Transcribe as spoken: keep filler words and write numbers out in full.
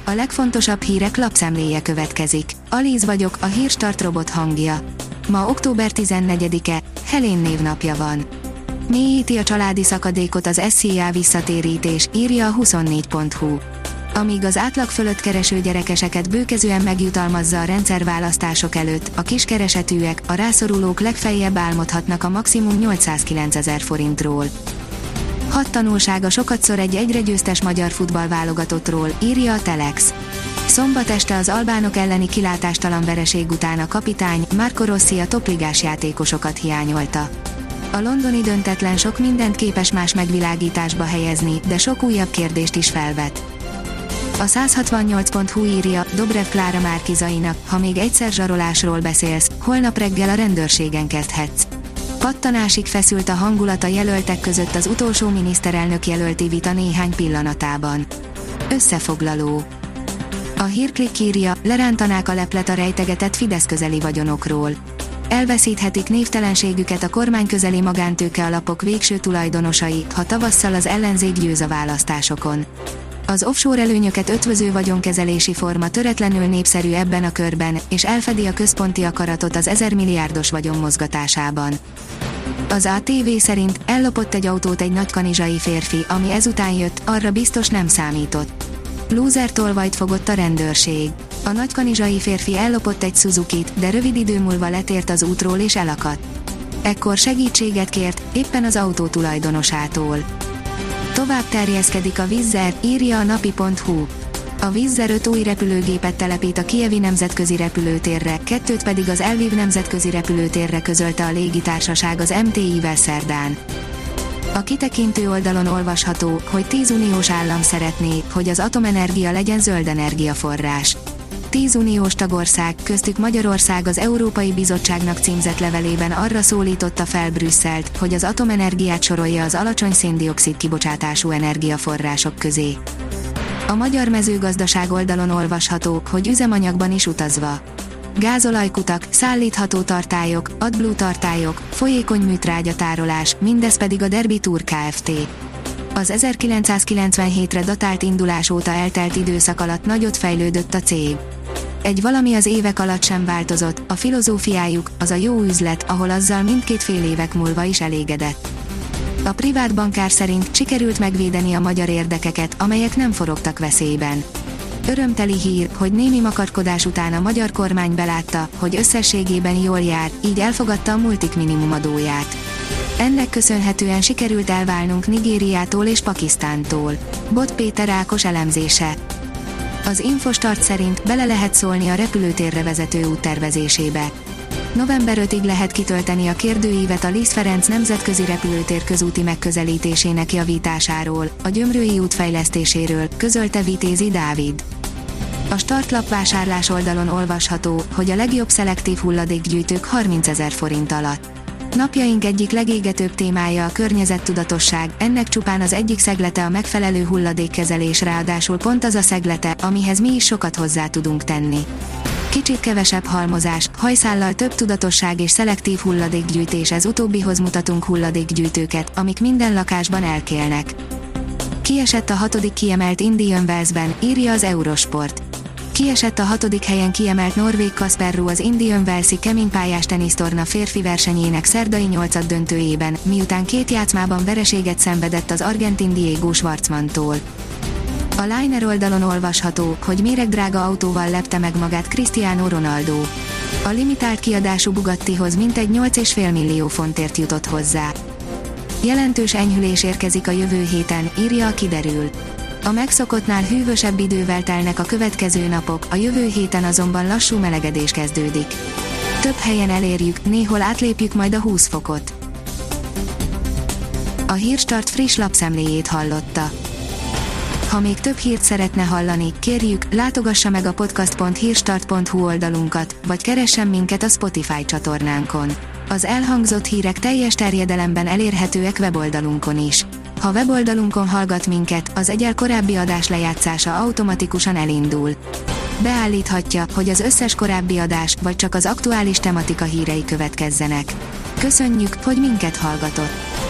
A legfontosabb hírek lapszemléje következik. Alíz vagyok, a Hírstart robot hangja. Ma október tizennegyedike, Helén névnapja van. Mélyíti a családi szakadékot az es zé á visszatérítés, írja a huszonnégy pont hu. Amíg az átlag fölött kereső gyerekeseket bőkezően megjutalmazza a rendszer választások előtt, a kiskeresetűek, a rászorulók legfeljebb álmodhatnak a maximum nyolcszázkilencezer forintról. Hat tanulsága sokat szor egy egyre győztes magyar futballválogatottról, írja a Telex. Szombat este az albánok elleni kilátástalan vereség után a kapitány, Marco Rossi a topligás játékosokat hiányolta. A londoni döntetlen sok mindent képes más megvilágításba helyezni, de sok újabb kérdést is felvet. A száz hatvannyolc pont hu írja, Dobrev Klára Márkizainak, ha még egyszer zsarolásról beszélsz, holnap reggel a rendőrségen kezdhetsz. Pattanásig feszült a hangulat a jelöltek között az utolsó miniszterelnök jelölti vita néhány pillanatában. Összefoglaló. A Hírklik írja, lerántanák a leplet a rejtegetett Fidesz közeli vagyonokról. Elveszíthetik névtelenségüket a kormányközeli magántőke alapok végső tulajdonosai, ha tavasszal az ellenzék győz a választásokon. Az offshore előnyöket ötvöző vagyonkezelési forma töretlenül népszerű ebben a körben, és elfedi a központi akaratot az ezermilliárdos vagyon mozgatásában. Az á té vé szerint ellopott egy autót egy nagykanizsai férfi, ami ezután jött, arra biztos nem számított. Lúzer tolvajt fogott a rendőrség. A nagykanizsai férfi ellopott egy Suzukit, de rövid idő múlva letért az útról és elakadt. Ekkor segítséget kért, éppen az autó tulajdonosától. Tovább terjeszkedik a Wizzair, írja a napi pont hu. A Wizzair öt új repülőgépet telepít a kijevi nemzetközi repülőtérre, kettőt pedig az Lviv nemzetközi repülőtérre, közölte a légitársaság az em té i-vel szerdán. A kitekintő oldalon olvasható, hogy tíz uniós állam szeretné, hogy az atomenergia legyen zöld energiaforrás. Tíz uniós tagország, köztük Magyarország az Európai Bizottságnak címzett levelében arra szólította fel Brüsszelt, hogy az atomenergiát sorolja az alacsony szén-dioxid kibocsátású energiaforrások közé. A magyar mezőgazdaság oldalon olvasható, hogy üzemanyagban is utazva. Gázolajkutak, szállítható tartályok, AdBlue tartályok, folyékony műtrágyatárolás, mindez pedig a Derby Tour Kft. Az ezerkilencszázkilencvenhétre datált indulás óta eltelt időszak alatt nagyot fejlődött a cég. Egy valami az évek alatt sem változott, a filozófiájuk, az a jó üzlet, ahol azzal mindkét fél évek múlva is elégedett. A privát bankár szerint sikerült megvédeni a magyar érdekeket, amelyek nem forogtak veszélyben. Örömteli hír, hogy némi makarkodás után a magyar kormány belátta, hogy összességében jól jár, így elfogadta a multik minimumadóját. Ennek köszönhetően sikerült elválnunk Nigériától és Pakisztántól. Bot Péter Ákos elemzése. Az Infostart szerint bele lehet szólni a repülőtérre vezető út tervezésébe. november ötödikéig lehet kitölteni a kérdőívet a Liszt Ferenc nemzetközi repülőtér közúti megközelítésének javításáról, a Gyömrői út fejlesztéséről, közölte Vitézi Dávid. A startlap vásárlás oldalon olvasható, hogy a legjobb szelektív hulladékgyűjtők harmincezer forint alatt. Napjaink egyik legégetőbb témája a környezettudatosság, ennek csupán az egyik szeglete a megfelelő hulladékkezelés, ráadásul pont az a szeglete, amihez mi is sokat hozzá tudunk tenni. Kicsit kevesebb halmozás, hajszállal több tudatosság és szelektív hulladékgyűjtés, ez utóbbihoz mutatunk hulladékgyűjtőket, amik minden lakásban elkélnek. Kiesett a hatodik kiemelt Indian Wellsben, írja az Eurosport. Kiesett a hatodik helyen kiemelt norvég Casper Ruud az Indian Wellsi keménypályás tenisztorna férfi versenyének szerdai nyolcaddöntőjében, miután két játszmában vereséget szenvedett az argentin Diego Schwartzmantól. A Liner oldalon olvasható, hogy méregdrága autóval lepte meg magát Cristiano Ronaldo. A limitált kiadású Bugattihoz mintegy nyolc egész öt millió fontért jutott hozzá. Jelentős enyhülés érkezik a jövő héten, írja a Kiderül. A megszokottnál hűvösebb idővel telnek a következő napok, a jövő héten azonban lassú melegedés kezdődik. Több helyen elérjük, néhol átlépjük majd a húsz fokot. A Hírstart friss lapszemléjét hallotta. Ha még több hírt szeretne hallani, kérjük, látogassa meg a podcast pont hírstart pont hu oldalunkat, vagy keressen minket a Spotify csatornánkon. Az elhangzott hírek teljes terjedelemben elérhetőek weboldalunkon is. Ha weboldalunkon hallgat minket, az egyel korábbi adás lejátszása automatikusan elindul. Beállíthatja, hogy az összes korábbi adás, vagy csak az aktuális tematika hírei következzenek. Köszönjük, hogy minket hallgatott!